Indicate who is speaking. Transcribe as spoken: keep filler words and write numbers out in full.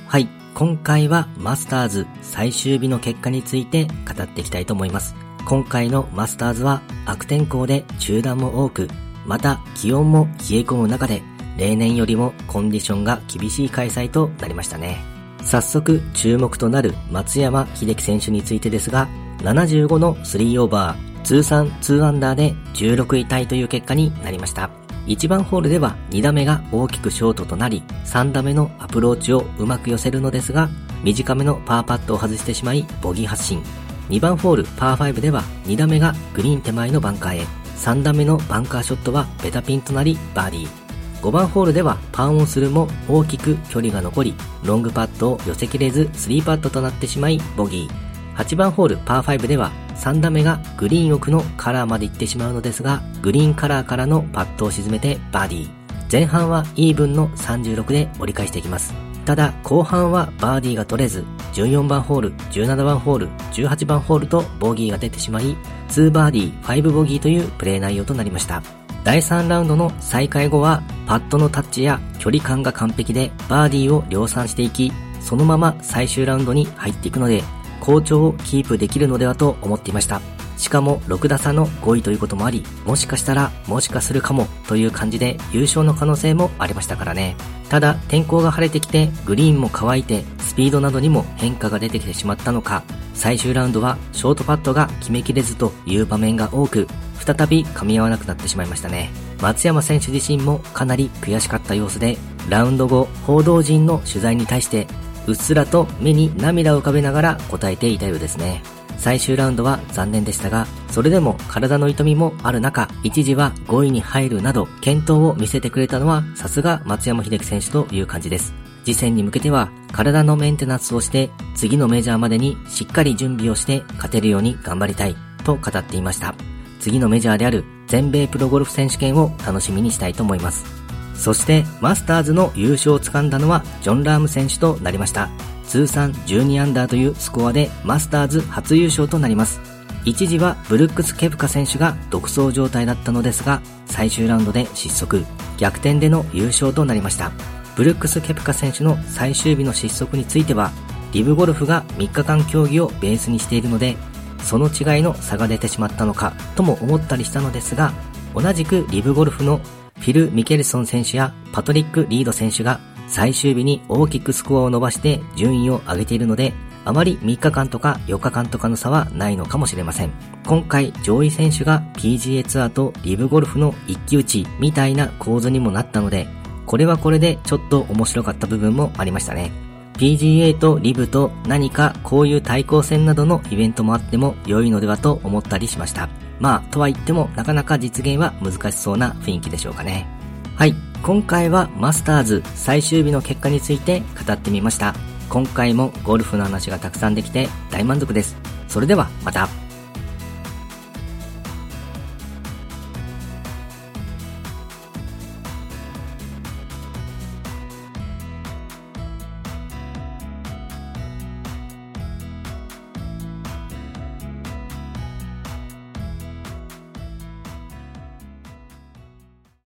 Speaker 1: はい、今回はマスターズ最終日の結果について語っていきたいと思います。今回のマスターズは悪天候で中断も多く、また気温も冷え込む中で例年よりもコンディションが厳しい開催となりましたね。早速注目となる松山英樹選手についてですが、ななじゅうごのスリーオーバー、通算にアンダーでじゅうろくいタイという結果になりました。いちばんホールではに打目が大きくショートとなり、さん打目のアプローチをうまく寄せるのですが、短めのパーパットを外してしまいボギー発進。にばんホールパーファイブではに打目がグリーン手前のバンカーへ、さん打目のバンカーショットはベタピンとなりバーディー。ごばんホールではパーオンするも大きく距離が残り、ロングパットを寄せきれずスリーパットとなってしまいボギー。はちばんホールパーファイブではさん打目がグリーン奥のカラーまで行ってしまうのですが、グリーンカラーからのパットを沈めてバーディー。前半はイーブンのさんじゅうろくで折り返していきます。ただ後半はバーディーが取れず、じゅうよんばんホール、じゅうななばんホール、じゅうはちばんホールとボギーが出てしまい、にバーディー、ごボギーというプレー内容となりました。だいさんラウンドの再開後はパットのタッチや距離感が完璧でバーディーを量産していき、そのまま最終ラウンドに入っていくので好調をキープできるのではと思っていました。しかもろく打差のごいということもあり、もしかしたらもしかするかもという感じで優勝の可能性もありましたからね。ただ天候が晴れてきてグリーンも乾いてスピードなどにも変化が出てきてしまったのか、最終ラウンドはショートパットが決めきれずという場面が多く、再び噛み合わなくなってしまいましたね。松山選手自身もかなり悔しかった様子で、ラウンド後報道陣の取材に対してうっすらと目に涙を浮かべながら答えていたようですね。最終ラウンドは残念でしたが、それでも体の痛みもある中、一時はごいに入るなど健闘を見せてくれたのはさすが松山英樹選手という感じです。次戦に向けては体のメンテナンスをして次のメジャーまでにしっかり準備をして勝てるように頑張りたいと語っていました。次のメジャーである全米プロゴルフ選手権を楽しみにしたいと思います。そしてマスターズの優勝をつかんだのはジョン・ラーム選手となりました。通算じゅうにアンダーというスコアでマスターズ初優勝となります。一時はブルックス・ケプカ選手が独走状態だったのですが、最終ラウンドで失速、逆転での優勝となりました。ブルックス・ケプカ選手の最終日の失速については、リブゴルフがみっかかん競技をベースにしているので、その違いの差が出てしまったのかとも思ったりしたのですが、同じくリブゴルフのフィル・ミケルソン選手やパトリック・リード選手が最終日に大きくスコアを伸ばして順位を上げているので、あまりみっかかんとかよっかかんとかの差はないのかもしれません。今回上位選手が ピージーエー ツアーとリブゴルフの一騎打ちみたいな構図にもなったので、これはこれでちょっと面白かった部分もありましたね。ピージーエー とリブと何かこういう対抗戦などのイベントもあっても良いのではと思ったりしました。まあとは言ってもなかなか実現は難しそうな雰囲気でしょうかね。はい、今回はマスターズ最終日の結果について語ってみました。今回もゴルフの話がたくさんできて大満足です。それではまた。